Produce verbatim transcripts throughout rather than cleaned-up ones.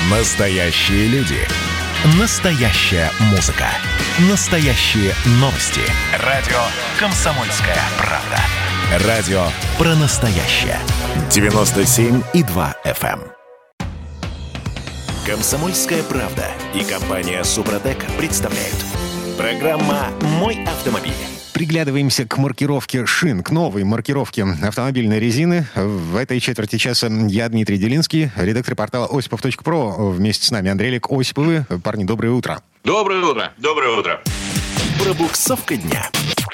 Настоящие люди. Настоящая музыка. Настоящие новости. Радио «Комсомольская правда». Радио про настоящее. девяносто семь и два эф эм. «Комсомольская правда» и компания «Супротек» представляют. Программа «Мой автомобиль». Приглядываемся к маркировке шин, к новой маркировке автомобильной резины. В этой четверти часа я, Дмитрий Делинский, редактор портала осипов точка про. Вместе с нами Андрей Олег Осиповы. Парни, доброе утро. Доброе утро. Доброе утро. Пробуксовка дня.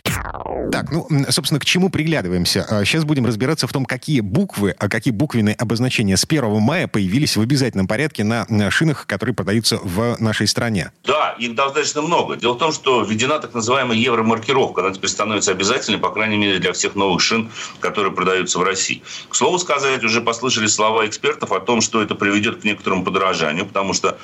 Так, ну, собственно, к чему приглядываемся? Сейчас будем разбираться в том, какие буквы, а какие буквенные обозначения с первого мая появились в обязательном порядке на шинах, которые продаются в нашей стране. Да, их достаточно много. Дело в том, что введена так называемая евромаркировка. Она теперь становится обязательной, по крайней мере, для всех новых шин, которые продаются в России. К слову сказать, уже послышались слова экспертов о том, что это приведет к некоторому подорожанию, потому что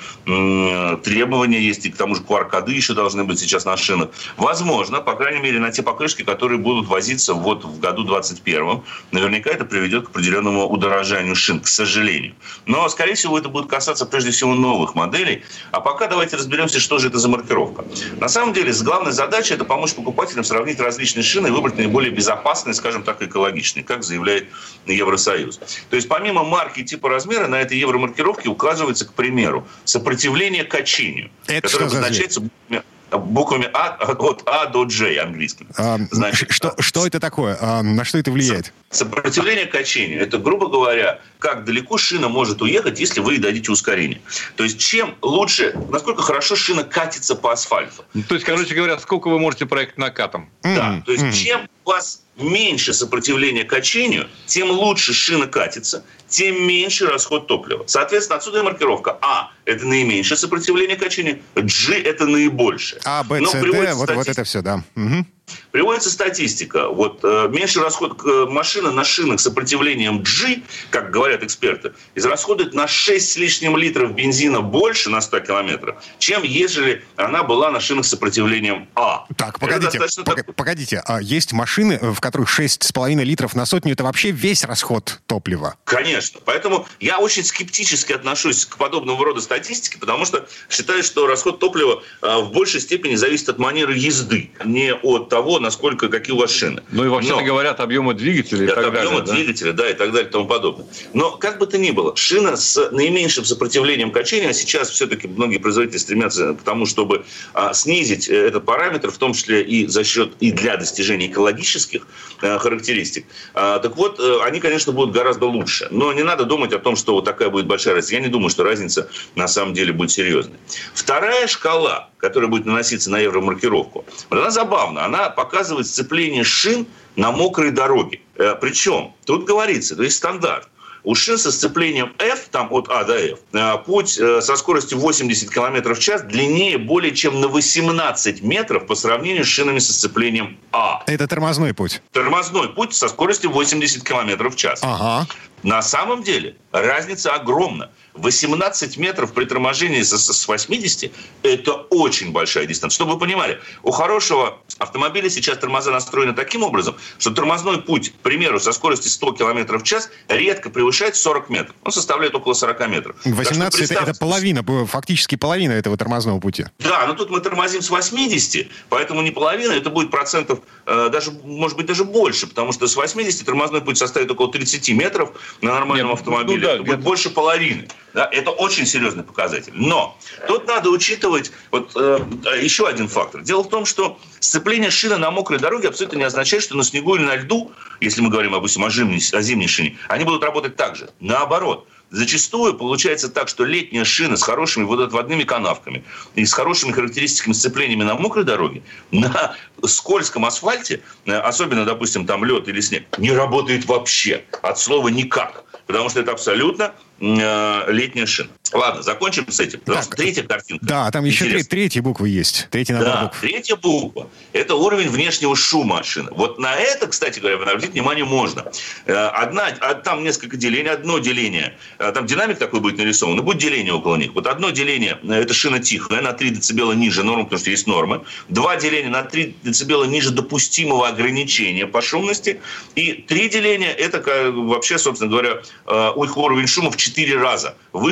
м- требования есть, и к тому же ку ар-коды еще должны быть сейчас на шинах. Возможно, по крайней мере, на те покрышки, которые будут возиться вот в году двадцать первом, наверняка это приведет к определенному удорожанию шин, к сожалению. Но, скорее всего, это будет касаться прежде всего новых моделей. А пока давайте разберемся, что же это за маркировка. На самом деле, главная задача – это помочь покупателям сравнить различные шины и выбрать наиболее безопасные, скажем так, экологичные, как заявляет Евросоюз. То есть, помимо марки, типа, размера, на этой евромаркировке указывается, к примеру, сопротивление качению, это которое обозначается буквами А, от А до J английским. А, Значит, что, что это такое? А, на что это влияет? Сопротивление качению. Это, грубо говоря, как далеко шина может уехать, если вы дадите ускорение. То есть, чем лучше, насколько хорошо шина катится по асфальту. То есть, короче говоря, сколько вы можете проехать накатом. Да, mm-hmm. то есть, mm-hmm. чем у вас меньше сопротивления качению, тем лучше шина катится, тем меньше расход топлива. Соответственно, отсюда и маркировка. А – это наименьшее сопротивление качению, G – это наибольшее. А, Б, С, Д, вот, вот это все, да. Угу. Приводится статистика. Вот, э, меньше расход э, машина на шинах с сопротивлением G, как говорят эксперты, израсходует на шесть с лишним литров бензина больше на сто километров, чем ежели она была на шинах с сопротивлением А. Так, погодите, пог- так... погодите. А есть машины, в которых шесть с половиной литров на сотню, это вообще весь расход топлива? Конечно. Поэтому я очень скептически отношусь к подобного рода статистике, потому что считаю, что расход топлива э, в большей степени зависит от манеры езды, не от того, насколько, какие у вас шины. Ну и вообще-то Но, говоря, от объема двигателя и так от далее. объема да? двигателя, да, и так далее, и тому подобное. Но, как бы то ни было, шина с наименьшим сопротивлением качения, а сейчас все-таки многие производители стремятся к тому, чтобы а, снизить этот параметр, в том числе и за счет, и для достижения экологических а, характеристик. А, так вот, а, они, конечно, будут гораздо лучше. Но не надо думать о том, что вот такая будет большая разница. Я не думаю, что разница на самом деле будет серьезной. Вторая шкала, которая будет наноситься на евромаркировку, вот она забавна. Она показывает сцепление шин на мокрой дороге. Причем, тут говорится, то есть стандарт. У шин со сцеплением F, там от А до F, путь со скоростью восемьдесят километров в час длиннее более чем на восемнадцать метров по сравнению с шинами со сцеплением А. Это тормозной путь? Тормозной путь со скоростью восемьдесят километров в час. Ага. На самом деле разница огромна. восемнадцать метров при торможении с восьмидесяти – это очень большая дистанция. Чтобы вы понимали, у хорошего автомобиля сейчас тормоза настроены таким образом, что тормозной путь, к примеру, со скоростью сто километров в час редко превышает сорок метров. Он составляет около сорок метров. восемнадцать – это, это половина, фактически половина этого тормозного пути. Да, но тут мы тормозим с восьмидесяти, поэтому не половина, это будет процентов, даже, может быть, даже больше, потому что с восьмидесяти тормозной путь составит около тридцати метров на нормальном Нет, автомобиле. Ну, да, это будет где-то... больше половины. Да, это очень серьезный показатель. Но тут надо учитывать вот, э, еще один фактор. Дело в том, что сцепление шины на мокрой дороге абсолютно не означает, что на снегу или на льду, если мы говорим, допустим, о зимней, о зимней шине, они будут работать так же. Наоборот. Зачастую получается так, что летняя шина с хорошими водоотводными канавками и с хорошими характеристиками сцеплениями на мокрой дороге, на скользком асфальте, особенно, допустим, там лед или снег, не работает вообще. От слова никак. Потому что это абсолютно э, летняя шина. Ладно, закончим с этим. Потому так, что третья картинка. Да, там еще три, третья буква есть. Третий набор да, букв. Третья буква – это уровень внешнего шума от шины. Вот на это, кстати говоря, обратить внимание можно. Одна, там несколько делений. Одно деление, там динамик такой будет нарисован, и будет деление около них. Вот одно деление – это шина тихая, на три децибела ниже нормы, потому что есть нормы. Два деления на три децибела ниже допустимого ограничения по шумности. И три деления – это вообще, собственно говоря, их уровень шума в четыре раза выше, чем у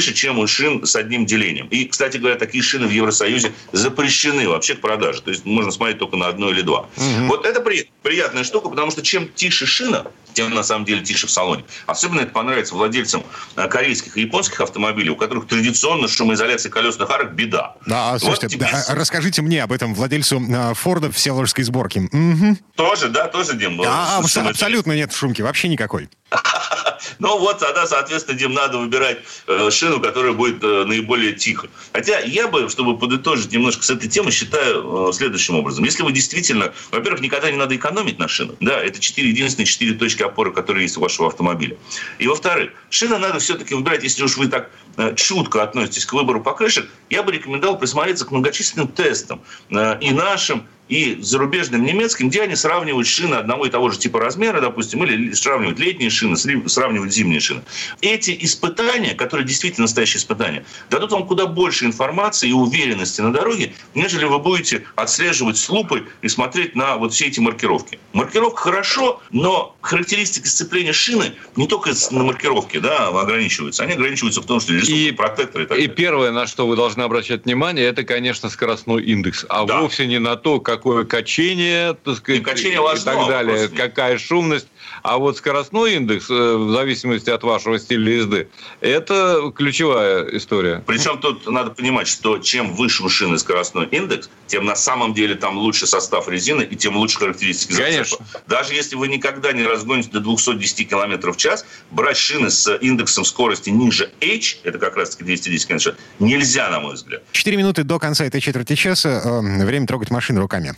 шин с одним делением. И, кстати говоря, такие шины в Евросоюзе запрещены вообще к продаже. То есть можно смотреть только на одно или два. Угу. Вот это при, приятная штука, потому что чем тише шина, тем на самом деле тише в салоне. Особенно это понравится владельцам корейских и японских автомобилей, у которых традиционно шумоизоляция колесных арок беда. Да, вот слушайте, тебе... да, расскажите мне об этом владельцу Форда всеволожской сборки. Угу. Тоже, да, тоже, Дим? А, абсолютно нет шумки, вообще никакой. Ну вот тогда, соответственно, Дим, надо выбирать э, шину, которая будет э, наиболее тихой. Хотя я бы, чтобы подытожить немножко с этой темы, считаю э, следующим образом. Если вы действительно, во-первых, никогда не надо экономить на шинах. Да, это четыре единственные четыре точки опоры, которые есть у вашего автомобиля. И во-вторых, шины надо все-таки выбирать, если уж вы так э, чутко относитесь к выбору покрышек, я бы рекомендовал присмотреться к многочисленным тестам э, и нашим, и зарубежным немецким, где они сравнивают шины одного и того же типа размера, допустим, или сравнивают летние шины, сравнивают зимние шины. Эти испытания, которые действительно настоящие испытания, дадут вам куда больше информации и уверенности на дороге, нежели вы будете отслеживать с лупой и смотреть на вот все эти маркировки. Маркировка хорошо, но характеристики сцепления шины не только на маркировке, да, ограничиваются. Они ограничиваются в том, что рисунок, протектор и так далее. И первое, на что вы должны обращать внимание, это, конечно, скоростной индекс, а да. вовсе не на то, как какое качение, так сказать, и, качение важно, и так далее, какая шумность. А вот скоростной индекс, в зависимости от вашего стиля езды, это ключевая история. Причем тут надо понимать, что чем выше у шины скоростной индекс, тем на самом деле там лучше состав резины и тем лучше характеристики зацепа. Конечно. Даже если вы никогда не разгоните до двести десять километров в час, брать шины с индексом скорости ниже H, это как раз-таки двести десять километров в час, нельзя, на мой взгляд. Четыре минуты до конца этой четверти часа. Время трогать машину руками.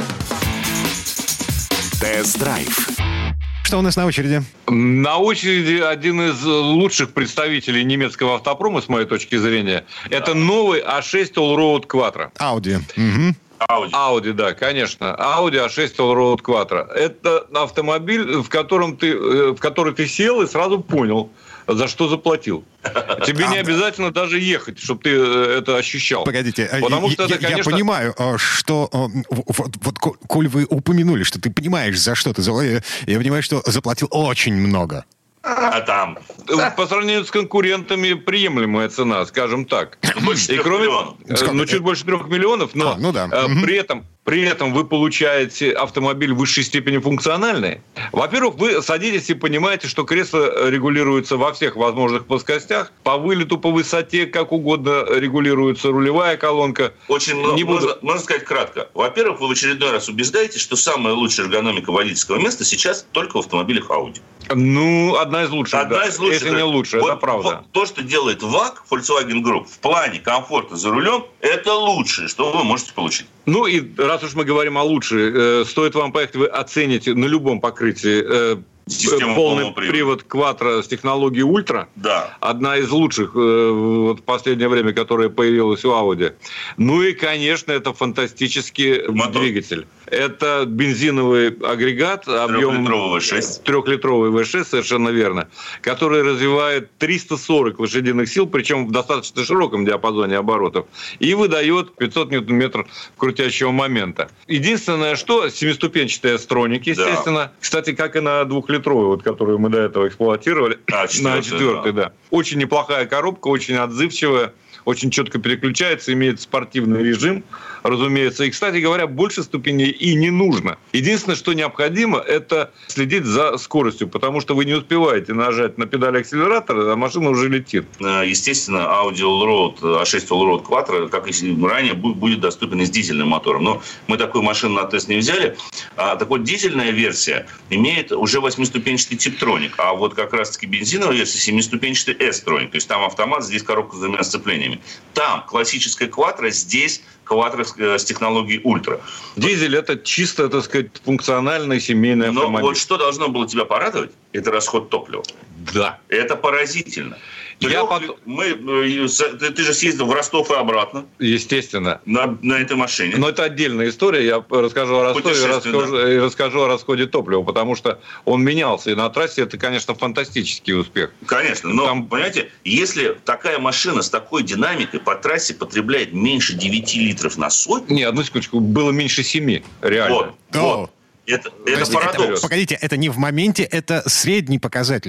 Тест-драйв. Что у нас на очереди? На очереди один из лучших представителей немецкого автопрома, с моей точки зрения. Да. Это новый а шесть Allroad Quattro. Audi. Угу. Audi. Audi, да, конечно. Audi а шесть Allroad Quattro. Это автомобиль, в котором ты, в который ты сел и сразу понял, за что заплатил. Тебе не обязательно даже ехать, чтобы ты это ощущал. Погодите, Потому я, что это, я, конечно... я понимаю, что вот, вот, коль вы упомянули, что ты понимаешь, за что ты заплатил, я понимаю, что заплатил очень много. А там? По сравнению с конкурентами приемлемая цена, скажем так. Больше и кроме, миллионов. Ну, чуть больше трех миллионов, но а, ну да. при этом... При этом вы получаете автомобиль в высшей степени функциональный. Во-первых, вы садитесь и понимаете, что кресло регулируется во всех возможных плоскостях. По вылету, по высоте, как угодно регулируется рулевая колонка. Очень много. Не буду... можно, можно сказать кратко. Во-первых, вы в очередной раз убеждаетесь, что самая лучшая эргономика водительского места сейчас только в автомобилях Audi. Ну, одна из лучших. Одна да. из лучших. Это не лучшая, вот, это правда. Вот, то, что делает ВАГ, Volkswagen Group, в плане комфорта за рулем, это лучшее, что вы можете получить. Ну и раз уж мы говорим о лучшей, э, стоит вам поехать, вы оцените на любом покрытии э, полный привод Quattro с технологией Ультра. Да. Одна из лучших э, вот, в последнее время, которая появилась у Audi. Ну и, конечно, это фантастический мотор. Двигатель. Это бензиновый агрегат объемом трехлитровый вэ шесть. Трехлитровый вэ шесть, совершенно верно, который развивает триста сорок лошадиных сил, причем в достаточно широком диапазоне оборотов, и выдает пятьсот ньютон-метров крутящего момента. Единственное, что семиступенчатая строник, естественно. Да. Кстати, как и на двухлитровый, вот, которую мы до этого эксплуатировали. А, на четвертый, да. да. Очень неплохая коробка, очень отзывчивая. Очень четко переключается, имеет спортивный режим, разумеется. И, кстати говоря, больше ступеней и не нужно. Единственное, что необходимо, это следить за скоростью, потому что вы не успеваете нажать на педаль акселератора, а машина уже летит. Естественно, Audi Allroad, а шесть Allroad Quattro, как и ранее, будет доступен и с дизельным мотором. Но мы такую машину на тест не взяли. А так вот, дизельная версия имеет уже восьмиступенчатый Tiptronic, а вот как раз-таки бензиновая версия семиступенчатый S-Tronic. То есть там автомат, здесь коробка с двумя сцеплениями. Там классическая Quattro, здесь Quattro с технологией Ультра. Дизель – это чисто, так сказать, функциональный семейный автомобиль. Но вот что должно было тебя порадовать, это расход топлива. Да. Это поразительно. Я Трех... потом... Мы... ты, ты же съездил в Ростов и обратно. Естественно. На, на этой машине. Но это отдельная история. Я расскажу о Ростове и расскажу, да. и расскажу о расходе топлива, потому что он менялся. И на трассе это, конечно, фантастический успех. Конечно. Но, Там... понимаете, если такая машина с такой динамикой по трассе потребляет меньше девяти литров на сотню... Не, одну секундочку. Было меньше семи, реально. Вот, вот. Это, это Подождите, парадокс. Это, погодите, это не в моменте, это средний показатель.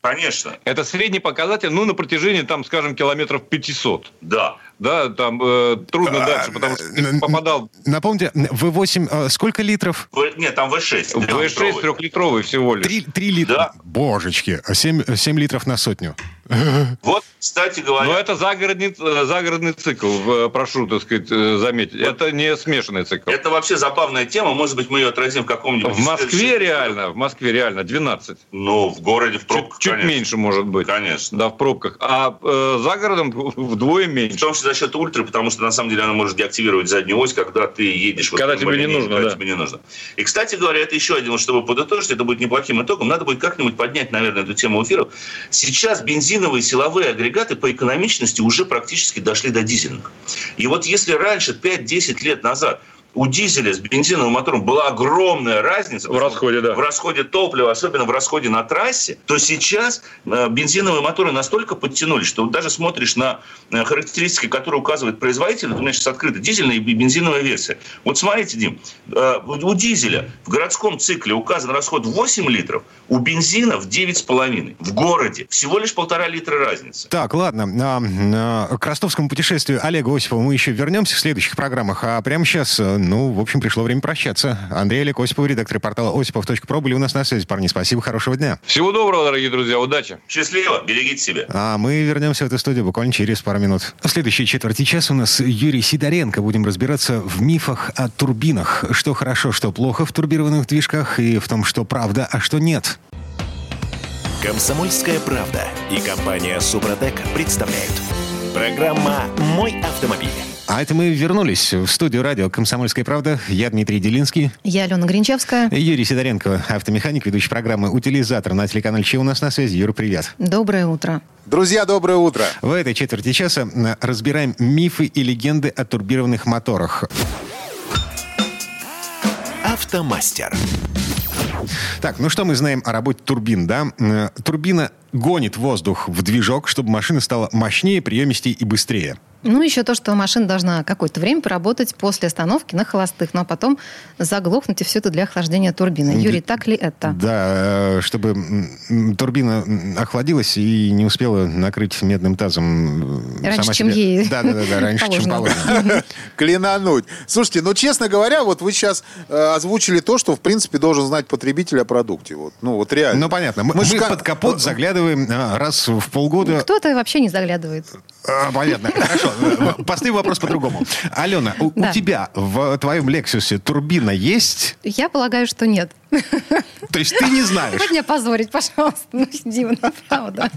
Конечно. Это средний показатель, ну, на протяжении, там, скажем, километров пятьсот. Да. Да, там э, трудно дальше, потому что ты попадал... Напомните, вэ восемь э, сколько литров? В, нет, там вэ шесть. вэ шесть трехлитровый всего лишь. Три, три литра. Да. Божечки, семь литров на сотню. Вот, кстати говоря... Но это загородный, загородный цикл, прошу, так сказать, заметить. Вот. Это не смешанный цикл. Это вообще забавная тема. Может быть, мы ее отразим в каком-нибудь... В Москве реально, в Москве реально двенадцать. Ну, в городе, в пробках, Чуть, чуть меньше, может быть. Конечно. Да, в пробках. А э, за городом вдвое меньше. В том числе за счет ультры, потому что, на самом деле, она может деактивировать заднюю ось, когда ты едешь... Когда вот, тебе не нужно, когда да. тебе не нужно. И, кстати говоря, это еще один, чтобы подытожить, это будет неплохим итогом. Надо будет как-нибудь поднять, наверное, эту тему эфиров. Сейчас бензиновые силовые агрегаты по экономичности уже практически дошли до дизельных. И вот если раньше, пять-десять лет назад, у дизеля с бензиновым мотором была огромная разница в расходе, да. в расходе топлива, особенно в расходе на трассе, то сейчас бензиновые моторы настолько подтянулись, что вот даже смотришь на характеристики, которые указывает производитель, у меня сейчас открыта дизельная и бензиновая версия. Вот смотрите, Дим, у дизеля в городском цикле указан расход восемь литров, у бензина в девять с половиной. В городе всего лишь полтора литра разницы. Так, ладно. К ростовскому путешествию Олега Осипова мы еще вернемся в следующих программах, а прямо сейчас... Ну, в общем, пришло время прощаться. Андрей Олег Осипов, редактор портала осипов точка про, были у нас на связи. Парни, спасибо, хорошего дня. Всего доброго, дорогие друзья, удачи. Счастливо, берегите себя. А мы вернемся в эту студию буквально через пару минут. В следующей четверти часа у нас Юрий Сидоренко. Будем разбираться в мифах о турбинах. Что хорошо, что плохо в турбированных движках и в том, что правда, а что нет. «Комсомольская правда» и компания «Супротек» представляют. Программа «Мой автомобиль». А это мы вернулись в студию радио «Комсомольская правда». Я Дмитрий Делинский. Я Алена Гринчевская. Юрий Сидоренко, автомеханик, ведущий программы «Утилизатор» на телеканале ЧЕ у нас на связи. Юра, привет. Доброе утро. Друзья, доброе утро. В этой четверти часа разбираем мифы и легенды о турбированных моторах. Автомастер. Так, ну что мы знаем о работе турбин, да? Турбина гонит воздух в движок, чтобы машина стала мощнее, приемистее и быстрее. Ну, еще то, что машина должна какое-то время поработать после остановки на холостых, но потом заглохнуть, и все это для охлаждения турбины. Юрий, так ли это? Да, чтобы турбина охладилась и не успела накрыть медным тазом. Раньше, сама чем себе. ей Да, да, да, да, раньше, чем положено. Клянануть. Слушайте, ну, честно говоря, вот вы сейчас э, озвучили то, что, в принципе, должен знать потребитель о продукте. Вот. Ну, вот реально. Ну, понятно. Мы, мы ж под капот заглядываем раз в полгода. Кто-то вообще не заглядывает. А, понятно. Хорошо. Поставим вопрос по-другому. Алена, у, да. у тебя в твоем Лексусе турбина есть? Я полагаю, что нет. То есть ты не знаешь? Хоть меня позорить, пожалуйста. Ну, Дима, ну, правда.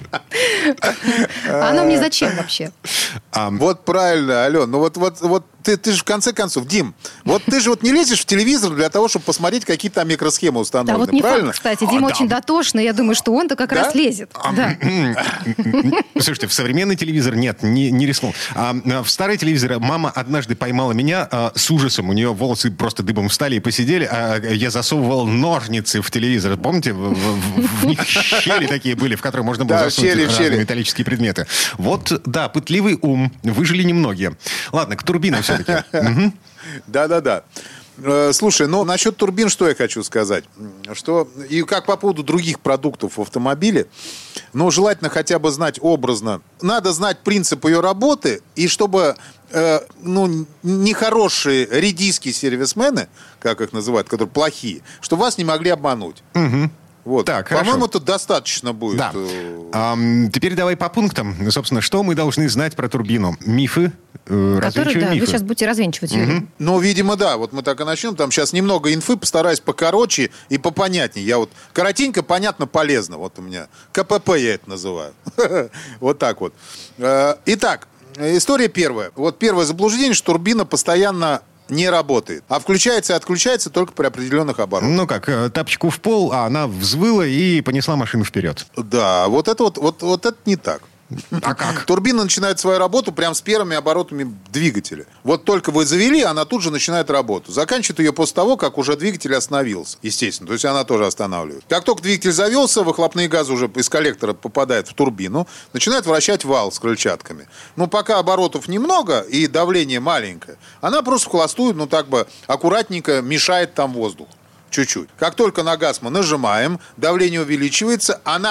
Оно мне зачем вообще? А, вот правильно, Ален. Ну вот, вот, вот ты, ты же в конце концов, Дим, вот ты же вот не лезешь в телевизор для того, чтобы посмотреть, какие там микросхемы установлены. Да, вот не правильно? факт, кстати. Дима а, очень да. дотошный. Я думаю, что он-то как да? раз лезет. А, да. Слушайте, в современный телевизор нет, не, не рискнул. А, в старый телевизор мама однажды поймала меня а, с ужасом. У нее волосы просто дыбом встали и посидели, а я засовывал ножницы в телевизор. Помните, в, в, в них щели такие были, в которые можно было да, засунуть щели, разные щели. металлические предметы. Вот, да, пытливый ум. Выжили немногие. Ладно, к турбинам все-таки. Да-да-да. Слушай, ну, насчет турбин, что я хочу сказать. Что, и как по поводу других продуктов в автомобиле, ну, желательно хотя бы знать образно. Надо знать принцип ее работы, и чтобы, э, ну, нехорошие редиски сервисмены, как их называют, которые плохие, чтобы вас не могли обмануть. Угу. Вот. Так, по-моему, это достаточно будет. Да. А, теперь давай по пунктам. Собственно, что мы должны знать про турбину? Мифы, э, Которые, да, мифы. вы сейчас будете развенчивать, Юрий. Угу. Ну, видимо, да. Вот мы так и начнем. Там сейчас немного инфы, постараюсь покороче и попонятнее. Я вот коротенько, понятно, полезно. Вот у меня КПП я это называю. Вот так вот. Итак, история первая. Вот первое заблуждение, что турбина постоянно не работает. А включается и отключается только при определенных оборотах. Ну как, тапочку в пол, а она взвыла и понесла машину вперед. Да, вот это вот, вот, вот это не так. А как? Турбина начинает свою работу прямо с первыми оборотами двигателя. Вот только вы завели, она тут же начинает работу. Заканчивает ее после того, как уже двигатель остановился. Естественно, то есть она тоже останавливает. Как только двигатель завелся, выхлопные газы уже из коллектора попадают в турбину, начинает вращать вал с крыльчатками. Но пока оборотов немного и давление маленькое, она просто в холостую, ну так бы аккуратненько мешает там воздух. Чуть-чуть. Как только на газ мы нажимаем, давление увеличивается, она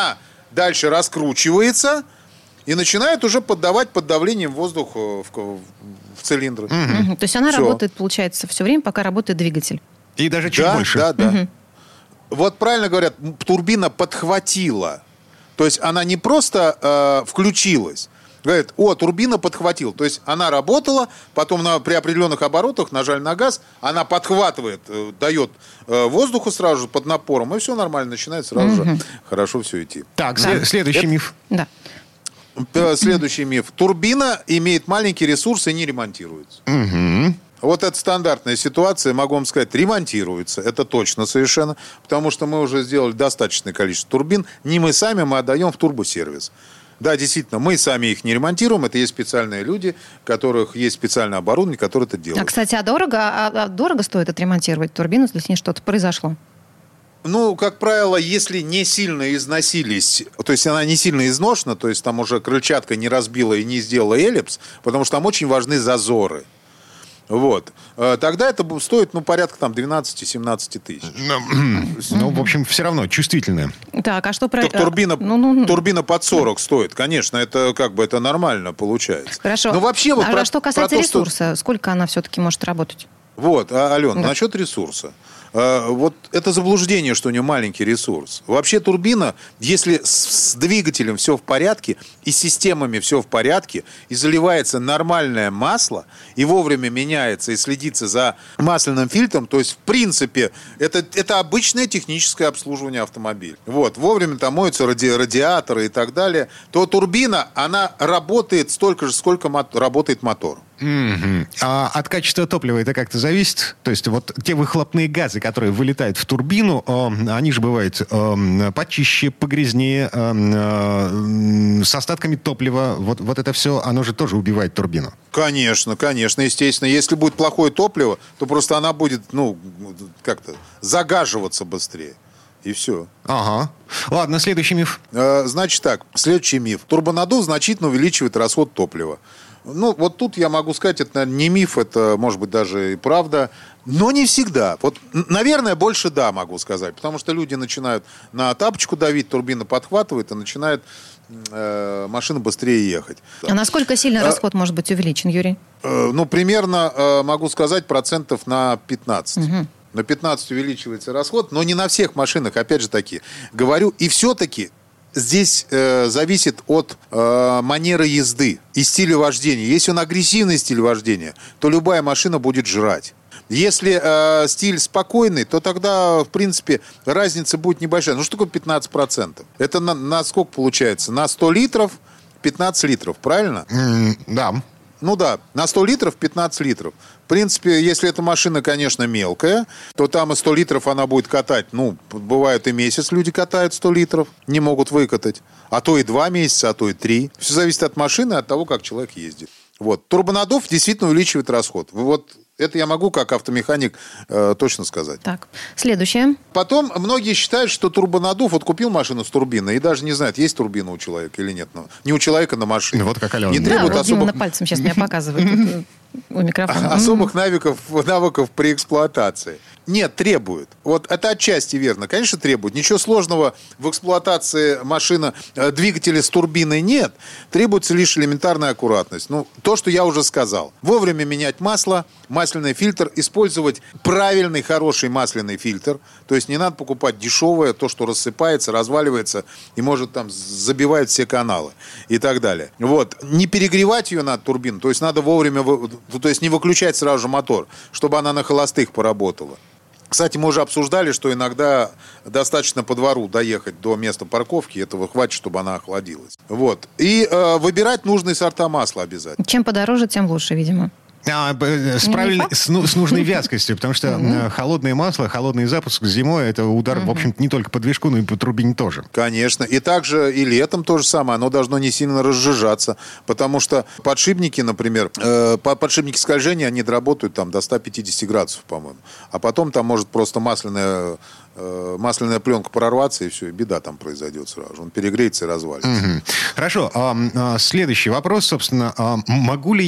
дальше раскручивается и начинает уже поддавать под давлением воздух в, в, в цилиндры. Угу. То есть она Все. работает, получается, все время, пока работает двигатель. И даже чуть да, больше. Да, да, Угу. Вот правильно говорят, турбина подхватила. То есть она не просто э, включилась. Говорят, о, турбина подхватила. То есть она работала, потом на, при определенных оборотах нажали на газ, она подхватывает, э, дает э, воздуху сразу же под напором, и все нормально, начинает сразу же хорошо все идти. Так, след- следующий Это- миф. Да. Э, Следующий миф. Турбина имеет маленький ресурс и не ремонтируется. Мгм. Вот это стандартная ситуация, могу вам сказать, ремонтируется. Это точно совершенно. Потому что мы уже сделали достаточное количество турбин. Не мы сами, мы отдаем в турбосервис. Да, действительно, мы сами их не ремонтируем. Это есть специальные люди, у которых есть специальное оборудование, которые это А, делают. кстати, а дорого, а, а дорого стоит отремонтировать турбину, если с ней что-то произошло? Ну, как правило, если не сильно износились, то есть она не сильно изношена, то есть там уже крыльчатка не разбила и не сделала эллипс, потому что там очень важны зазоры. Вот. Э, Тогда это бу- стоит, ну, порядка там двенадцать-семнадцать тысяч. Ну, в общем, все равно чувствительное. Так, а что про... Так турбина, Ну, ну, ну. турбина под сорок стоит. Конечно, это как бы это нормально получается. Хорошо. Но вообще вот а про, что касается про то, что- ресурса, сколько она все-таки может работать? Вот, а, Алена, Да. насчет ресурса. А, Вот это заблуждение, что у нее маленький ресурс. Вообще турбина, если с, с двигателем все в порядке, и с системами все в порядке, и заливается нормальное масло, и вовремя меняется, и следится за масляным фильтром, то есть, в принципе, это, это обычное техническое обслуживание автомобиля. Вот, вовремя там моются ради, радиаторы и так далее, то турбина, она работает столько же, сколько мо- работает мотор. Мгм. А от качества топлива это как-то зависит? То есть вот те выхлопные газы, которые вылетают в турбину, э, они же бывают э, почище, погрязнее, э, э, с остатками топлива. Вот, вот это все, оно же тоже убивает турбину. Конечно, конечно, естественно. Если будет плохое топливо, то просто она будет, ну, как-то загаживаться быстрее. И все. Ага. Ладно, следующий миф. Э, Значит так, следующий миф. Турбонаддув значительно увеличивает расход топлива. Ну, вот тут я могу сказать, это, наверное, не миф, это, может быть, даже и правда, но не всегда. Вот, н- наверное, больше да, могу сказать, потому что люди начинают на тапочку давить, турбина подхватывает, и начинает э, машина быстрее ехать. А насколько сильно А- расход может быть увеличен, Юрий? Э, Ну, примерно, э, могу сказать, процентов на пятнадцать. На пятнадцать увеличивается расход, но не на всех машинах, опять же таки. Говорю, и все-таки здесь э, зависит от э, манеры езды и стиля вождения. Если он агрессивный стиль вождения, то любая машина будет жрать. Если э, стиль спокойный, то тогда, в принципе, разница будет небольшая. Ну, что такое пятнадцать процентов? Это на, на сколько получается? На сто литров пятнадцать литров, правильно? М, Да. Ну да, на сто литров пятнадцать литров. В принципе, если эта машина, конечно, мелкая, то там и сто литров она будет катать. Ну, бывает и месяц люди катают сто литров, не могут выкатать. А то и два месяца, а то и три. Все зависит от машины, от того, как человек ездит. Вот. Турбонаддув действительно увеличивает расход. Вот это я могу как автомеханик э, точно сказать. Так, следующее. Потом многие считают, что турбонаддув, вот купил машину с турбиной и даже не знает, есть турбина у человека или нет. Ну, не у человека на машине. Вот как Алена. Не Да, Да, требует вот Дима особых на пальцем сейчас меня показывает тут, э, у микрофона. особых навыков, навыков при эксплуатации. Нет, требует. Вот это отчасти верно. Конечно, требует. Ничего сложного в эксплуатации машины, э, двигателя с турбиной нет. Требуется лишь элементарная аккуратность. Ну, то, что я уже сказал. Вовремя менять масло, масляный фильтр, использовать правильный, хороший масляный фильтр. То есть не надо покупать дешевое, то, что рассыпается, разваливается и может там забивать все каналы и так далее. Вот. Не перегревать ее надо, турбину. То есть надо вовремя, вы- то есть не выключать сразу же мотор, чтобы она на холостых поработала. Кстати, мы уже обсуждали, что иногда достаточно по двору доехать до места парковки, этого хватит, чтобы она охладилась. Вот. И э, выбирать нужные сорта масла обязательно. Чем подороже, тем лучше, видимо. А, б- с, Не правильной, факт? с, ну- с нужной вязкостью, потому что э, холодное масло, холодный запуск зимой, это удар, в общем-то, не только по движку, но и по турбине тоже. Конечно. И также и летом то же самое. Оно должно не сильно разжижаться. Потому что подшипники, например, э, по- подшипники скольжения, они доработают там до ста пятидесяти градусов, по-моему. А потом там может просто масляная, э, масляная пленка прорваться, и все, и беда там произойдет сразу же. Он перегреется и развалится. Мгм. Хорошо. а, а, Следующий вопрос, собственно. а, Могу ли я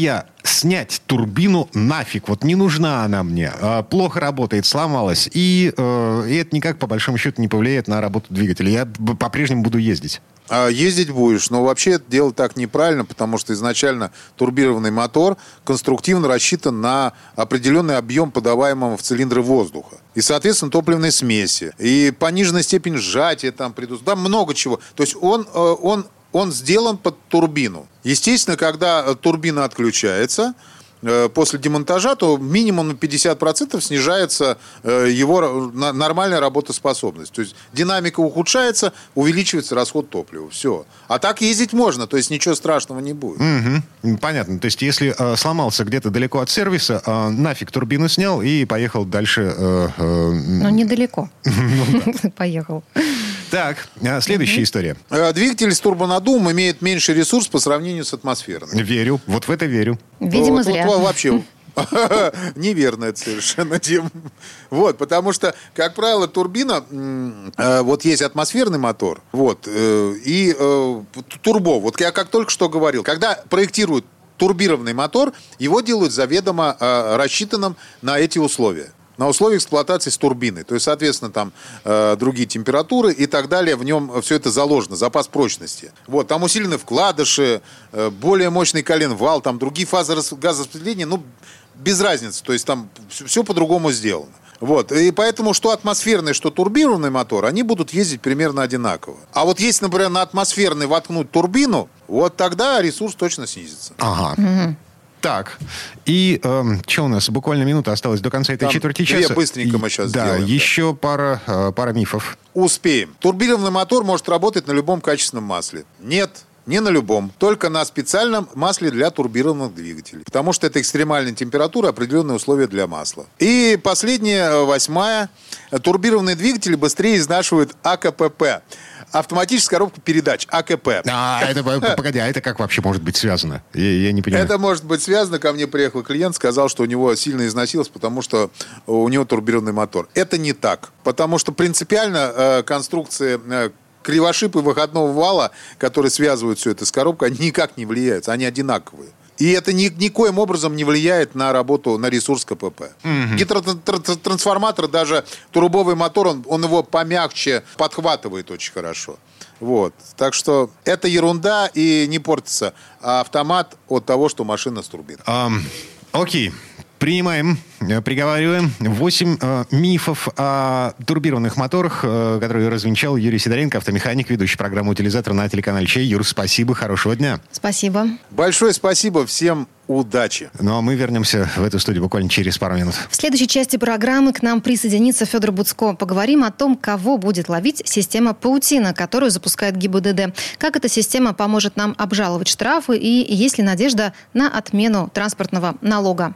снять турбину нафиг. Вот не нужна она мне. Плохо работает, сломалась. И, и это никак, по большому счету, не повлияет на работу двигателя. Я по-прежнему буду ездить. Ездить будешь, но вообще это дело так неправильно, потому что изначально турбированный мотор конструктивно рассчитан на определенный объем подаваемого в цилиндры воздуха. И, соответственно, топливной смеси. И пониженная степень сжатия там придут. Там много чего. То есть он, он, он сделан под турбину. Естественно, когда турбина отключается после демонтажа, то минимум на пятьдесят процентов снижается его нормальная работоспособность. То есть динамика ухудшается, увеличивается расход топлива. Все. А так ездить можно, то есть ничего страшного не будет. Угу. Понятно. То есть если э, сломался где-то далеко от сервиса, э, нафиг турбину снял и поехал дальше. Э, э... Но недалеко. Поехал. Так, следующая история. Двигатель с турбонаддувом имеет меньший ресурс по сравнению с атмосферным. Верю. Вот в это верю. Видимо, вот, зря. Вот, вообще неверно это совершенно тема. Вот, потому что, как правило, турбина, э, вот есть атмосферный мотор, вот, э, и э, турбо. Вот я как только что говорил, когда проектируют турбированный мотор, его делают заведомо э, рассчитанным на эти условия. На условии эксплуатации с турбиной. То есть, соответственно, там э, другие температуры и так далее. В нем все это заложено, запас прочности. Вот, там усилены вкладыши, э, более мощный коленвал, там другие фазы газораспределения, ну, без разницы. То есть, там все, все по-другому сделано. Вот. И поэтому что атмосферный, что турбированный мотор, они будут ездить примерно одинаково. А вот если, например, на атмосферный воткнуть турбину, вот тогда ресурс точно снизится. Ага. Угу. Так, и э, что у нас? Буквально минута осталась до конца этой Там четверти часа. Две быстренько мы сейчас да, сделаем. Еще да. пара, э, пара мифов. Успеем. Турбированный мотор может работать на любом качественном масле. Нет, не на любом. Только на специальном масле для турбированных двигателей. Потому что это экстремальная температура, определенные условия для масла. И последняя, восьмая. Турбированные двигатели быстрее изнашивают АКПП. Автоматическая коробка передач, АКП. А, это, погоди, а это как вообще может быть связано? Я, я не понимаю. Это может быть связано. Ко мне приехал клиент, сказал, что у него сильно износилось, потому что у него турбированный мотор. Это не так. Потому что принципиально э, конструкции э, кривошипы выходного вала, которые связывают все это с коробкой, они никак не влияют. Они одинаковые. И это ни, никоим образом не влияет на работу, на ресурс КПП. Mm-hmm. Гидротрансформатор, даже турбовый мотор, он, он его помягче подхватывает очень хорошо. Вот. Так что это ерунда и не портится автомат от того, что машина с турбиной. Um, окей. Принимаем, приговариваем. Восемь э, мифов о турбированных моторах, э, которые развенчал Юрий Сидоренко, автомеханик, ведущий программу «Утилизатор» на телеканале Чей. Юр, спасибо, хорошего дня. Спасибо. Большое спасибо, всем удачи. Ну, а мы вернемся в эту студию буквально через пару минут. В следующей части программы к нам присоединится Федор Буцко. Поговорим о том, кого будет ловить система «Паутина», которую запускает ГИБДД. Как эта система поможет нам обжаловать штрафы и есть ли надежда на отмену транспортного налога.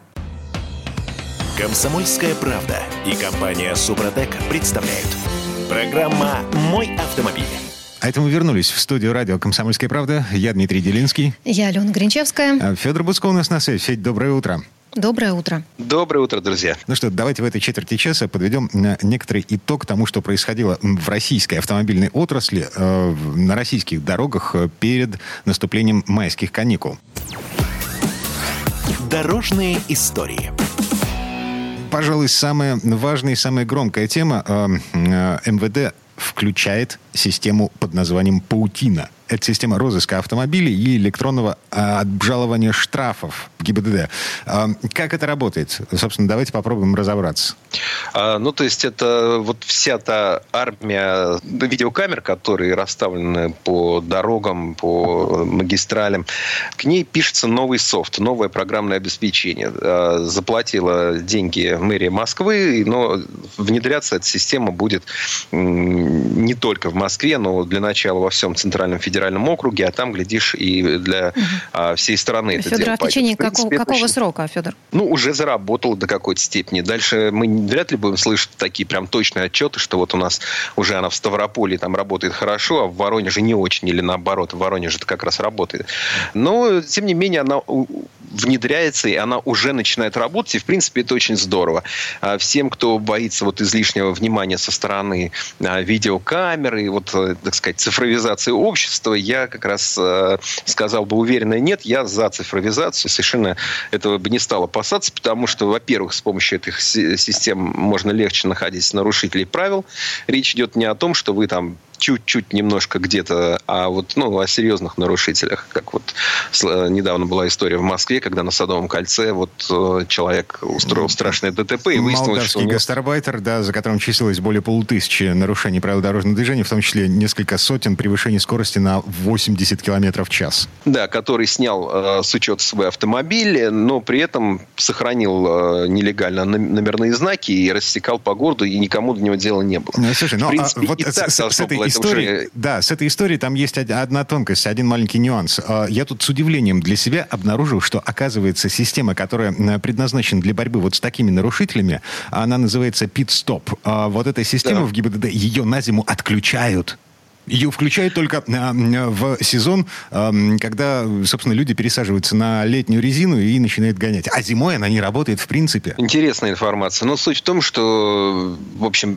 «Комсомольская правда» и компания «Супротек» представляют. Программа «Мой автомобиль». А это мы вернулись в студию радио «Комсомольская правда». Я Дмитрий Делинский. Я Алена Гринчевская. А Федор Буцко у нас на связи. Федь, доброе утро. Доброе утро. Доброе утро, друзья. Ну что, давайте в этой четверти часа подведем некоторый итог тому, что происходило в российской автомобильной отрасли, э, на российских дорогах перед наступлением майских каникул. Дорожные истории. Пожалуй, самая важная и самая громкая тема. Э, э, МВД включает систему под названием «Паутина». Это система розыска автомобилей и электронного а, обжалования штрафов в ГИБДД. А, как это работает? Собственно, давайте попробуем разобраться. А, ну, то есть, это вот вся та армия видеокамер, которые расставлены по дорогам, по магистралям, к ней пишется новый софт, новое программное обеспечение. А, заплатила деньги мэрия Москвы, но внедряться эта система будет м- не только в Москве, но для начала во всем Центральном федеральном федеральном округе, а там, глядишь, и для угу. а, всей страны Федор, это дело а в течение пойдет. В принципе, какого, какого очень... срока, Федор? Ну, уже заработал до какой-то степени. Дальше мы вряд ли будем слышать такие прям точные отчеты, что вот у нас уже она в Ставрополе там работает хорошо, а в Воронеже не очень, или наоборот, в Воронеже это как раз работает. Но, тем не менее, она внедряется, и она уже начинает работать, и, в принципе, это очень здорово. Всем, кто боится вот излишнего внимания со стороны видеокамеры, вот, так сказать, цифровизации общества, я как раз сказал бы уверенно нет, я за цифровизацию, совершенно этого бы не стал опасаться, потому что, во-первых, с помощью этих систем можно легче находить нарушителей правил. Речь идет не о том, что вы там чуть-чуть немножко где-то, а вот ну, о серьезных нарушителях. Как вот недавно была история в Москве, когда на Садовом кольце вот человек устроил страшное ДТП и выяснилось, Молдавский что у него... гастарбайтер, да, за которым числилось более полутысячи нарушений правил дорожного движения, в том числе несколько сотен превышений скорости на восемьдесят километров в час. Да, который снял э, с учета свой автомобиль, но при этом сохранил э, нелегально номерные знаки и рассекал по городу, и никому до него дела не было. Ну, слушай, ну, в принципе, а, вот и с, так с, с этой было, историей, уже... да, с этой историей там есть одна тонкость, один маленький нюанс. Я тут с удивлением для себя обнаружил, что, оказывается, система, которая предназначена для борьбы вот с такими нарушителями, она называется пит-стоп. Вот эта система да. в ГИБДД, ее на зиму отключают. Ее включают только в сезон, когда, собственно, люди пересаживаются на летнюю резину и начинают гонять. А зимой она не работает в принципе. Интересная информация. Но суть в том, что, в общем,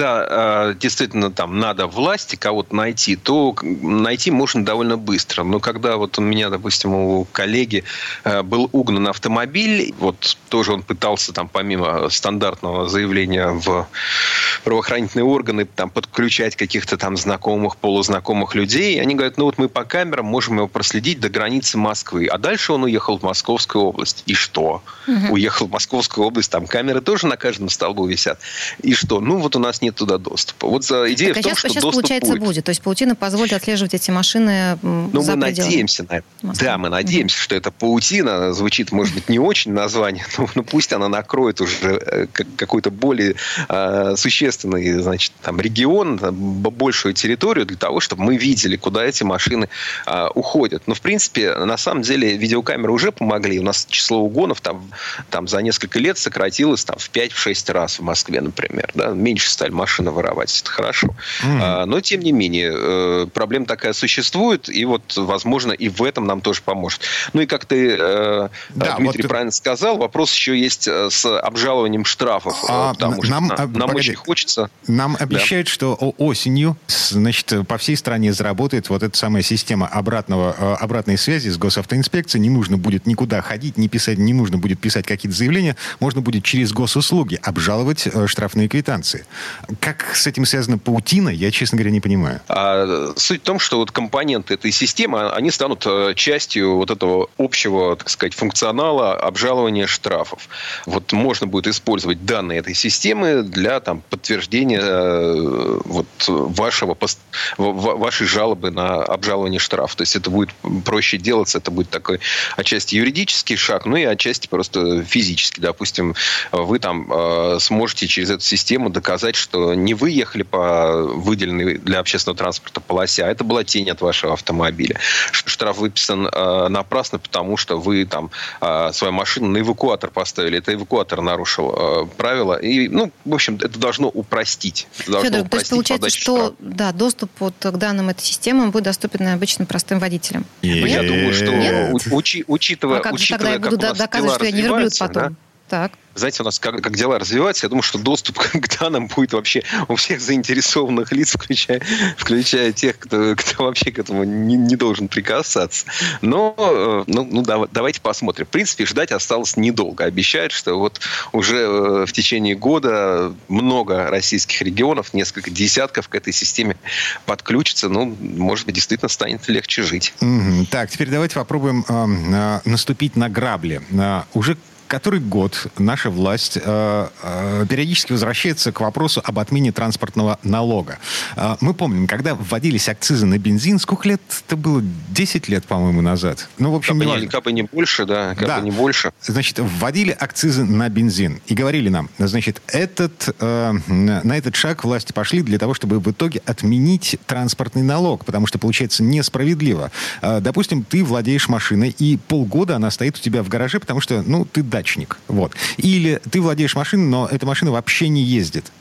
когда действительно там надо власти кого-то найти, то найти можно довольно быстро. Но когда вот у меня, допустим, у коллеги был угнан автомобиль, вот тоже он пытался там помимо стандартного заявления в правоохранительные органы там подключать каких-то там знакомых, полузнакомых людей. Они говорят, ну вот мы по камерам можем его проследить до границы Москвы. А дальше он уехал в Московскую область. И что? Угу. Уехал в Московскую область, там камеры тоже на каждом столбу висят. И что? Ну вот у нас нет туда доступа. Вот за идея так, в том, а сейчас, что сейчас доступ получается будет. будет. То есть паутина позволит отслеживать эти машины ну, за мы пределами надеемся на это. Москвы. Да, мы надеемся, угу. что это паутина. Звучит, может быть, не очень название, но, но пусть она накроет уже какой-то более э, существенный, значит, там, регион, там, большую территорию для того, чтобы мы видели, куда эти машины а, уходят. Но, в принципе, на самом деле, видеокамеры уже помогли. У нас число угонов там, там за несколько лет сократилось там, в пять-шесть раз в Москве, например. Да? Меньше стали машины воровать. Это хорошо. Mm. А, но, тем не менее, э, проблема такая существует. И вот, возможно, и в этом нам тоже поможет. Ну и как ты, э, да, Дмитрий, вот правильно ты... сказал, вопрос еще есть с обжалованием штрафов. А, потому что нам, нам погоди. очень хочется... Нам обещают, да. что осенью, значит, по всей стране заработает вот эта самая система обратного, обратной связи с госавтоинспекцией. Не нужно будет никуда ходить, не писать, не нужно будет писать какие-то заявления. Можно будет через госуслуги обжаловать штрафные квитанции. Как с этим связана паутина, я, честно говоря, не понимаю. А, суть в том, что вот компоненты этой системы, они станут частью вот этого общего, так сказать, функционала обжалования штрафов. Вот можно будет использовать данные этой системы для там, подтверждения вот, вашего, вашей жалобы на обжалование штрафа. То есть это будет проще делаться, это будет такой отчасти юридический шаг, ну и отчасти просто физически. Допустим, вы там э, сможете через эту систему доказать, что не вы ехали по выделенной для общественного транспорта полосе, а это была тень от вашего автомобиля. Штраф выписан э, напрасно, потому что вы там э, свою машину на эвакуатор поставили. Это эвакуатор нарушил э, правила. И, ну, в общем, это должно упростить. Это должно Федор, упростить то есть получается, что да, доступ вот к данным этой системы будет доступен обычным простым водителям. Я думаю, что учи, учитывая, а как учитывая, тогда я буду как доказывать, что я не верблюд потом? Да? Так. Знаете, у нас как, как дела развиваются, я думаю, что доступ к данным будет вообще у всех заинтересованных лиц, включая, включая тех, кто, кто вообще к этому не, не должен прикасаться. Но ну, ну, давайте посмотрим. В принципе, ждать осталось недолго. Обещают, что вот уже в течение года много российских регионов, несколько десятков к этой системе подключатся. Ну, может быть, действительно станет легче жить. Mm-hmm. Так, теперь давайте попробуем э, э, наступить на грабли. Э, уже который год наша власть э, э, периодически возвращается к вопросу об отмене транспортного налога. Э, мы помним, когда вводились акцизы на бензин, сколько лет это было? десять лет, по-моему, назад. Ну, в общем, не важно. Как бы не больше, да, как да. бы не больше. Значит, вводили акцизы на бензин и говорили нам, значит, этот, э, на этот шаг власти пошли для того, чтобы в итоге отменить транспортный налог, потому что получается несправедливо. Э, допустим, ты владеешь машиной, и полгода она стоит у тебя в гараже, потому что, ну, ты дачник. Вот. Или ты владеешь машиной, но эта машина вообще не ездит.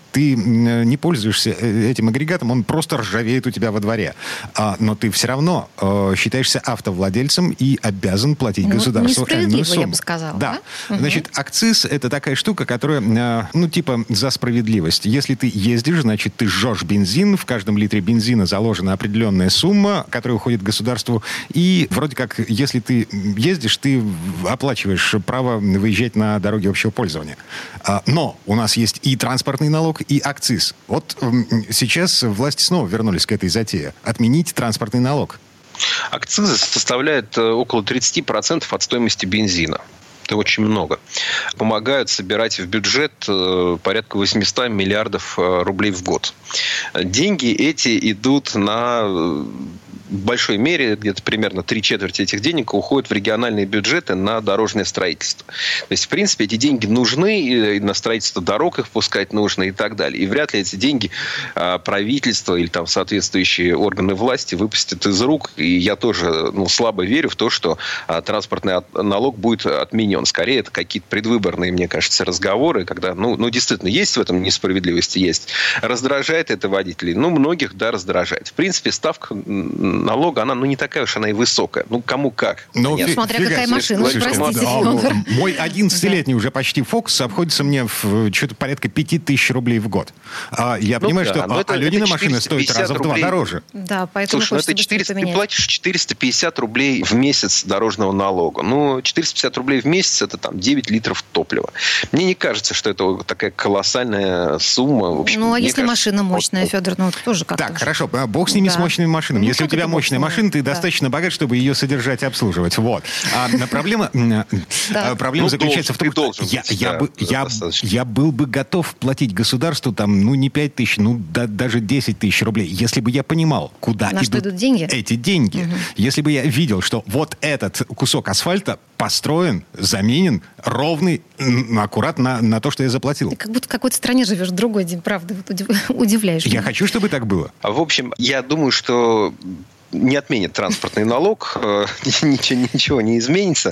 ты не пользуешься этим агрегатом, он просто ржавеет у тебя во дворе. А, но ты все равно э, считаешься автовладельцем и обязан платить ну, государству энную сумму. Я бы сказала. Да. Да? Значит, угу. акциз — это такая штука, которая, э, ну, типа, за справедливость. Если ты ездишь, значит, ты жжешь бензин, в каждом литре бензина заложена определенная сумма, которая уходит государству, и вроде как, если ты ездишь, ты оплачиваешь право выезжать на дороги общего пользования. А, но у нас есть и транспортный налог, и акциз. Вот э, сейчас власти снова вернулись к этой затее. Отменить транспортный налог. Акцизы составляют около тридцать процентов от стоимости бензина. Это очень много. Помогают собирать в бюджет порядка восемьсот миллиардов рублей в год. Деньги эти идут на... В большой мере, где-то примерно три четверти этих денег уходят в региональные бюджеты на дорожное строительство. То есть, в принципе, эти деньги нужны, и на строительство дорог их пускать нужно и так далее. И вряд ли эти деньги правительство или там соответствующие органы власти выпустят из рук. И я тоже ну, слабо верю в то, что транспортный налог будет отменен. Скорее, это какие-то предвыборные, мне кажется, разговоры, когда, ну, ну действительно, есть в этом несправедливость, есть. Раздражает это водителей? Ну, многих, да, раздражает. В принципе, ставка налога, она ну, не такая уж она и высокая. Ну, кому как. Ну, фи- Смотря какая машина, Слушай, простите, а, Федор. Мой одиннадцатилетний уже почти Фокус обходится мне в что-то порядка пяти тысяч рублей в год. А я ну, понимаю, да, что а, Алёнина машина стоит раза в два дороже. Да, поэтому Слушай, ну это четыреста, ты платишь четыреста пятьдесят рублей в месяц дорожного налога. Ну, четыреста пятьдесят рублей в месяц это там девять литров топлива. Мне не кажется, что это такая колоссальная сумма. В общем, ну, а если кажется, машина мощная, вот, Федор, ну, тоже как-то... Так, хорошо, бог с ними, да. с мощными машинами. Ну, если у тебя мощная машина, ты да. достаточно богат, чтобы ее содержать и обслуживать. Вот. А проблема, проблема ну, заключается должен, в том, что я, быть, я, да, бы, я, я был бы готов платить государству там, ну, не пять тысяч, ну, да, даже десять тысяч рублей, если бы я понимал, куда На идут, что идут деньги? эти деньги. Угу. Если бы я видел, что вот этот кусок асфальта построен, заменен, ровный, аккуратно на, на то, что я заплатил. Ты как будто в какой-то стране живешь, другой день, правда, удивляешь. Я хочу, чтобы так было. В общем, я думаю, что не отменят транспортный налог, ничего, ничего не изменится.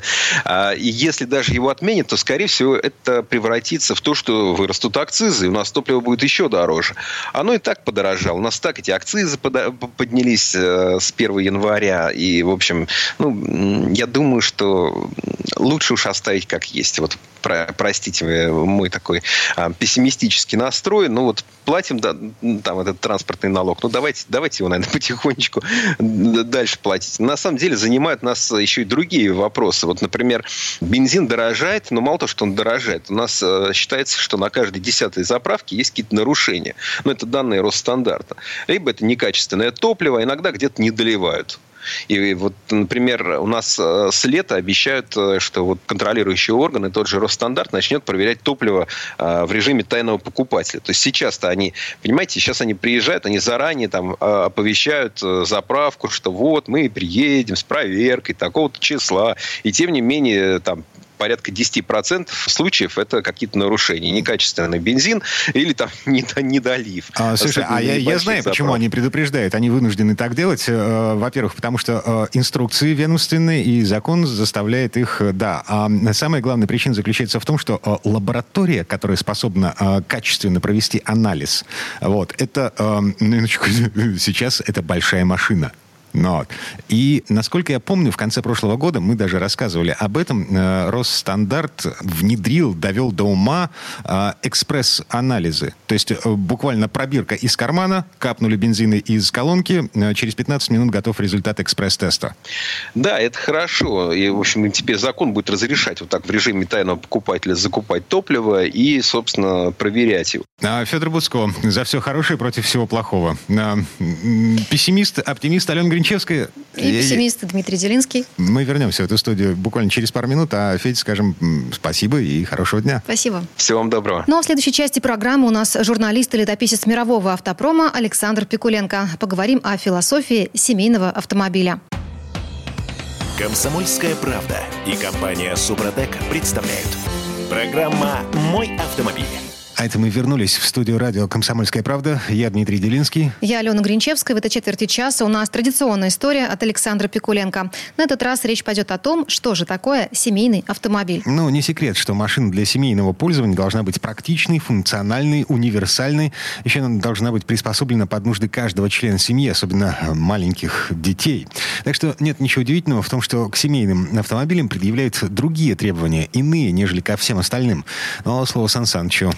И если даже его отменят, то, скорее всего, это превратится в то, что вырастут акцизы, и у нас топливо будет еще дороже. Оно и так подорожало. У нас так эти акцизы поднялись с первого января. И, в общем, ну, я думаю, что лучше уж оставить как есть. Вот, простите, мой такой пессимистический настрой. Ну, вот платим да, там этот транспортный налог. Ну, давайте, давайте его, наверное, потихонечку дальше платить. На самом деле занимают нас еще и другие вопросы. Вот, например, бензин дорожает, но мало того, что он дорожает. У нас э, считается, что на каждой десятой заправке есть какие-то нарушения. Но это данные Росстандарта. Либо это некачественное топливо, а иногда где-то не доливают. И вот, например, у нас с лета обещают, что вот контролирующие органы, тот же Росстандарт, начнет проверять топливо в режиме тайного покупателя. То есть сейчас-то они, понимаете, сейчас они приезжают, они заранее там оповещают заправку, что вот мы приедем с проверкой такого-то числа. И тем не менее, там, порядка десять процентов случаев это какие-то нарушения. Некачественный бензин или там недолив. А, слушай, а я, я знаю, заправ. почему они предупреждают. Они вынуждены так делать. Э, во-первых, потому что э, инструкции ведомственные и закон заставляет их, да. А самая главная причина заключается в том, что э, лаборатория, которая способна э, качественно провести анализ, вот, это э, сейчас это большая машина. Но. И, насколько я помню, в конце прошлого года мы даже рассказывали об этом. Э, Росстандарт внедрил, довел до ума э, экспресс-анализы. То есть э, буквально пробирка из кармана, капнули бензины из колонки, э, через пятнадцать минут готов результат экспресс-теста. Да, это хорошо. И, в общем, теперь закон будет разрешать вот так в режиме тайного покупателя закупать топливо и, собственно, проверять его. А, Федор Буцко, за все хорошее против всего плохого. А, пессимист, оптимист Алена Гринчевская. И пессимист Дмитрий Делинский. Мы вернемся в эту студию буквально через пару минут, а Федя скажем спасибо и хорошего дня. Спасибо. Всего вам доброго. Ну а в следующей части программы у нас журналист и летописец мирового автопрома Александр Пикуленко. Поговорим о философии семейного автомобиля. «Комсомольская правда» и компания «Супротек» представляют. Программа «Мой автомобиль». А это мы вернулись в студию радио «Комсомольская правда». Я Дмитрий Делинский. Я Алена Гринчевская. В этой четверти часа у нас традиционная история от Александра Пикуленко. На этот раз речь пойдет о том, что же такое семейный автомобиль. Ну, не секрет, что машина для семейного пользования должна быть практичной, функциональной, универсальной. Еще она должна быть приспособлена под нужды каждого члена семьи, особенно маленьких детей. Так что нет ничего удивительного в том, что к семейным автомобилям предъявляют другие требования, иные, нежели ко всем остальным. Но слово Сан Санычу.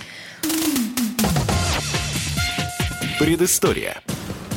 Предыстория.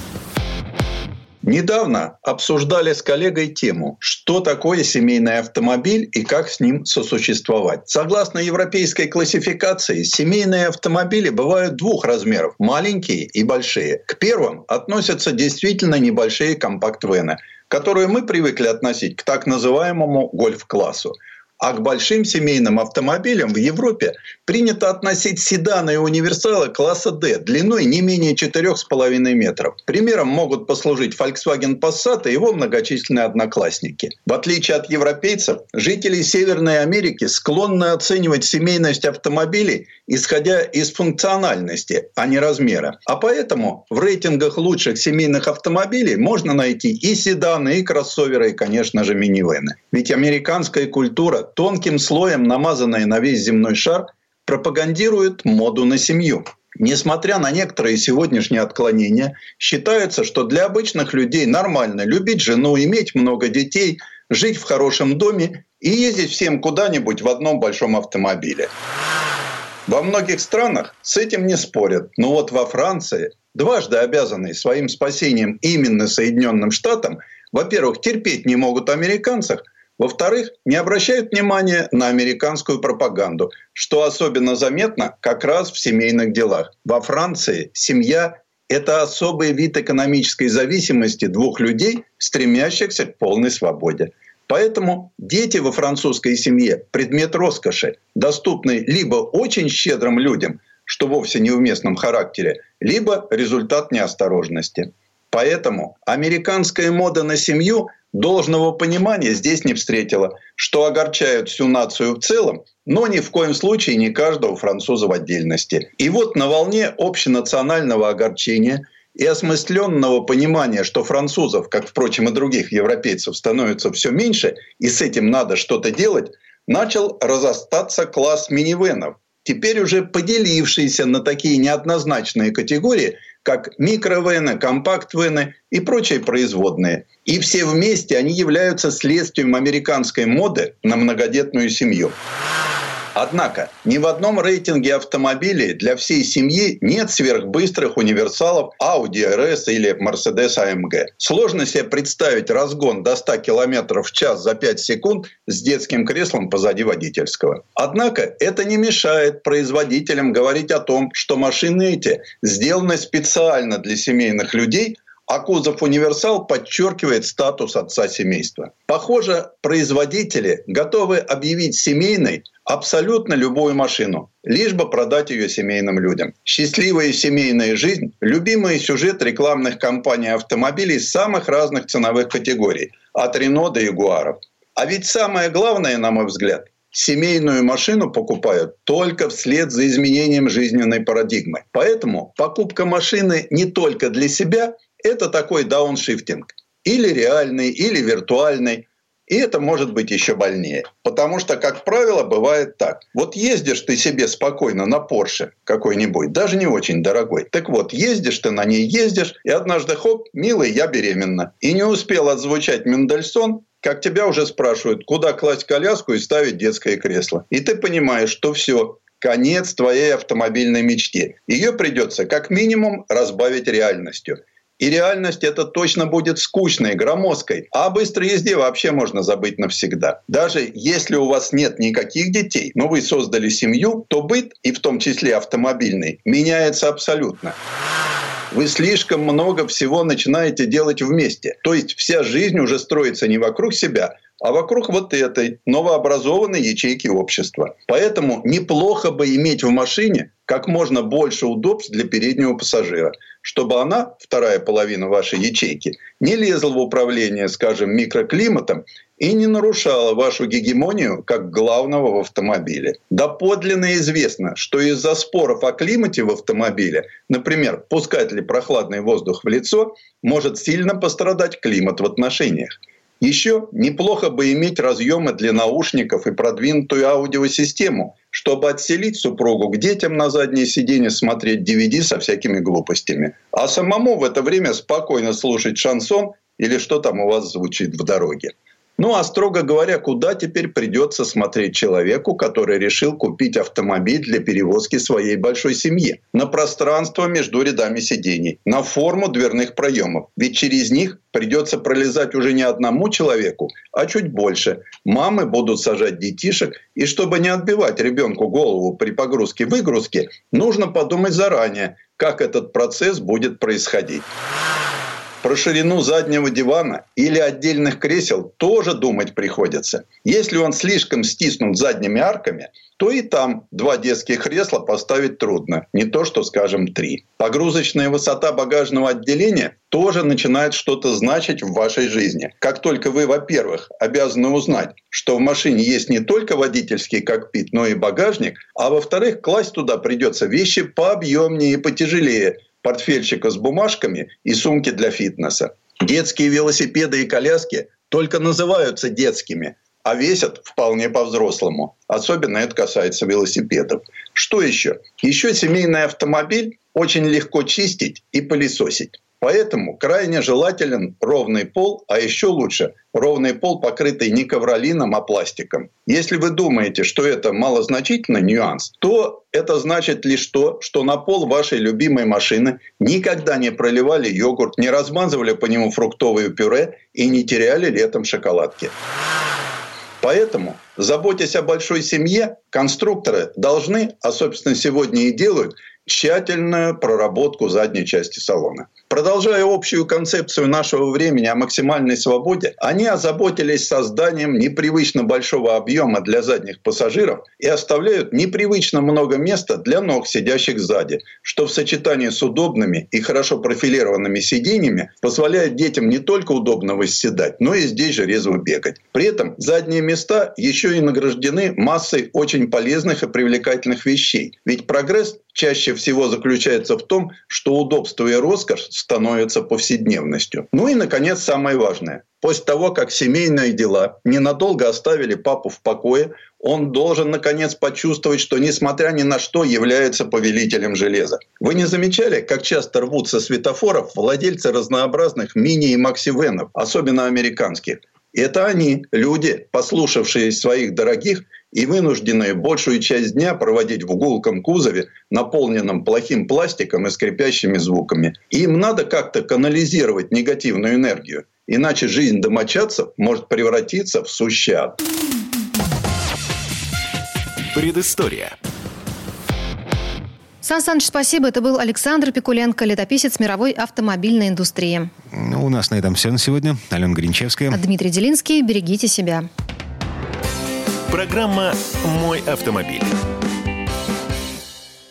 Недавно обсуждали с коллегой тему, что такое семейный автомобиль и как с ним сосуществовать. Согласно европейской классификации, семейные автомобили бывают двух размеров – маленькие и большие. К первым относятся действительно небольшие компакт-вены, которые мы привыкли относить к так называемому гольф-классу. А к большим семейным автомобилям в Европе принято относить седаны и универсалы класса D длиной не менее четырех с половиной метров. Примером могут послужить Volkswagen Passat и его многочисленные одноклассники. В отличие от европейцев, жители Северной Америки склонны оценивать семейность автомобилей, исходя из функциональности, а не размера. А поэтому в рейтингах лучших семейных автомобилей можно найти и седаны, и кроссоверы, и, конечно же, минивэны. Ведь американская культура, тонким слоем намазанная на весь земной шар, пропагандирует моду на семью. Несмотря на некоторые сегодняшние отклонения, считается, что для обычных людей нормально любить жену, иметь много детей, жить в хорошем доме и ездить всем куда-нибудь в одном большом автомобиле. Во многих странах с этим не спорят, но вот во Франции, дважды обязанной своим спасением именно Соединенным Штатам, во-первых, терпеть не могут американцев, во-вторых, не обращают внимания на американскую пропаганду, что особенно заметно как раз в семейных делах. Во Франции семья – это особый вид экономической зависимости двух людей, стремящихся к полной свободе. Поэтому дети во французской семье – предмет роскоши, доступный либо очень щедрым людям, что вовсе не в местном характере, либо результат неосторожности. Поэтому американская мода на семью должного понимания здесь не встретила, что огорчает всю нацию в целом, но ни в коем случае не каждого француза в отдельности. И вот на волне общенационального огорчения и осмысленного понимания, что французов, как, впрочем, и других европейцев, становится все меньше, и с этим надо что-то делать, начал разрастаться класс минивенов, теперь уже поделившийся на такие неоднозначные категории, как микровены, компакт-вены и прочие производные. И все вместе они являются следствием американской моды на многодетную семью. Однако ни в одном рейтинге автомобилей для всей семьи нет сверхбыстрых универсалов Audi эр эс или Mercedes а эм джи. Сложно себе представить разгон до ста километров в час за пять секунд с детским креслом позади водительского. Однако это не мешает производителям говорить о том, что машины эти сделаны специально для семейных людей, а кузов «Универсал» подчеркивает статус отца семейства. Похоже, производители готовы объявить семейной абсолютно любую машину, лишь бы продать ее семейным людям. Счастливая семейная жизнь – любимый сюжет рекламных кампаний автомобилей самых разных ценовых категорий, от Рено до Ягуаров. А ведь самое главное, на мой взгляд, семейную машину покупают только вслед за изменением жизненной парадигмы. Поэтому покупка машины не только для себя – это такой дауншифтинг. Или реальный, или виртуальный. И это может быть еще больнее. Потому что, как правило, бывает так. Вот ездишь ты себе спокойно на Порше какой-нибудь, даже не очень дорогой. Так вот, ездишь ты на ней, ездишь, и однажды хоп, милый, я беременна. И не успел отзвучать Мендельсон, как тебя уже спрашивают, куда класть коляску и ставить детское кресло. И ты понимаешь, что все, конец твоей автомобильной мечте. Ее придется как минимум разбавить реальностью. И реальность это точно будет скучной, громоздкой. А о быстрой езде вообще можно забыть навсегда. Даже если у вас нет никаких детей, но вы создали семью, то быт, и в том числе автомобильный, меняется абсолютно. Вы слишком много всего начинаете делать вместе. То есть вся жизнь уже строится не вокруг себя, а вокруг вот этой новообразованной ячейки общества. Поэтому неплохо бы иметь в машине как можно больше удобств для переднего пассажира, чтобы она, вторая половина вашей ячейки, не лезла в управление, скажем, микроклиматом и не нарушала вашу гегемонию как главного в автомобиле. Доподлинно известно, что из-за споров о климате в автомобиле, например, пускать ли прохладный воздух в лицо, может сильно пострадать климат в отношениях. Еще неплохо бы иметь разъемы для наушников и продвинутую аудиосистему, чтобы отселить супругу к детям на заднее сиденье, смотреть ди ви ди со всякими глупостями. А самому в это время спокойно слушать шансон или что там у вас звучит в дороге. Ну а строго говоря, куда теперь придется смотреть человеку, который решил купить автомобиль для перевозки своей большой семьи? На пространство между рядами сидений, на форму дверных проемов. Ведь через них придется пролезать уже не одному человеку, а чуть больше. Мамы будут сажать детишек, и чтобы не отбивать ребенку голову при погрузке-выгрузке, нужно подумать заранее, как этот процесс будет происходить. Про ширину заднего дивана или отдельных кресел тоже думать приходится. Если он слишком стиснут задними арками, то и там два детских кресла поставить трудно, не то что, скажем, три. Погрузочная высота багажного отделения тоже начинает что-то значить в вашей жизни. Как только вы, во-первых, обязаны узнать, что в машине есть не только водительский кокпит, но и багажник, а во-вторых, класть туда придется вещи пообъемнее и потяжелее, портфельчика с бумажками и сумки для фитнеса. Детские велосипеды и коляски только называются детскими, а весят вполне по-взрослому. Особенно это касается велосипедов. Что еще? Еще семейный автомобиль очень легко чистить и пылесосить. Поэтому крайне желателен ровный пол, а еще лучше ровный пол, покрытый не ковролином, а пластиком. Если вы думаете, что это малозначительный нюанс, то это значит лишь то, что на пол вашей любимой машины никогда не проливали йогурт, не размазывали по нему фруктовое пюре и не теряли летом шоколадки. Поэтому, заботясь о большой семье, конструкторы должны, а собственно сегодня и делают, тщательную проработку задней части салона. Продолжая общую концепцию нашего времени о максимальной свободе, они озаботились созданием непривычно большого объема для задних пассажиров и оставляют непривычно много места для ног, сидящих сзади, что в сочетании с удобными и хорошо профилированными сиденьями позволяет детям не только удобно восседать, но и здесь же резво бегать. При этом задние места еще и награждены массой очень полезных и привлекательных вещей. Ведь прогресс чаще всего заключается в том, что удобство и роскошь становятся повседневностью. Ну и, наконец, самое важное. После того, как семейные дела ненадолго оставили папу в покое, он должен, наконец, почувствовать, что, несмотря ни на что, является повелителем железа. Вы не замечали, как часто рвут со светофоров владельцы разнообразных мини- и макси-венов, особенно американских? Это они, люди, послушавшие своих дорогих и вынужденные большую часть дня проводить в гулком кузове, наполненном плохим пластиком и скрипящими звуками. Им надо как-то канализировать негативную энергию, иначе жизнь домочадцев может превратиться в сущий ад. Предыстория. Сан Саныч, спасибо. Это был Александр Пикуленко, летописец мировой автомобильной индустрии. У нас на этом все на сегодня. Алена Гринчевская. Дмитрий Делинский. Берегите себя. Программа «Мой автомобиль».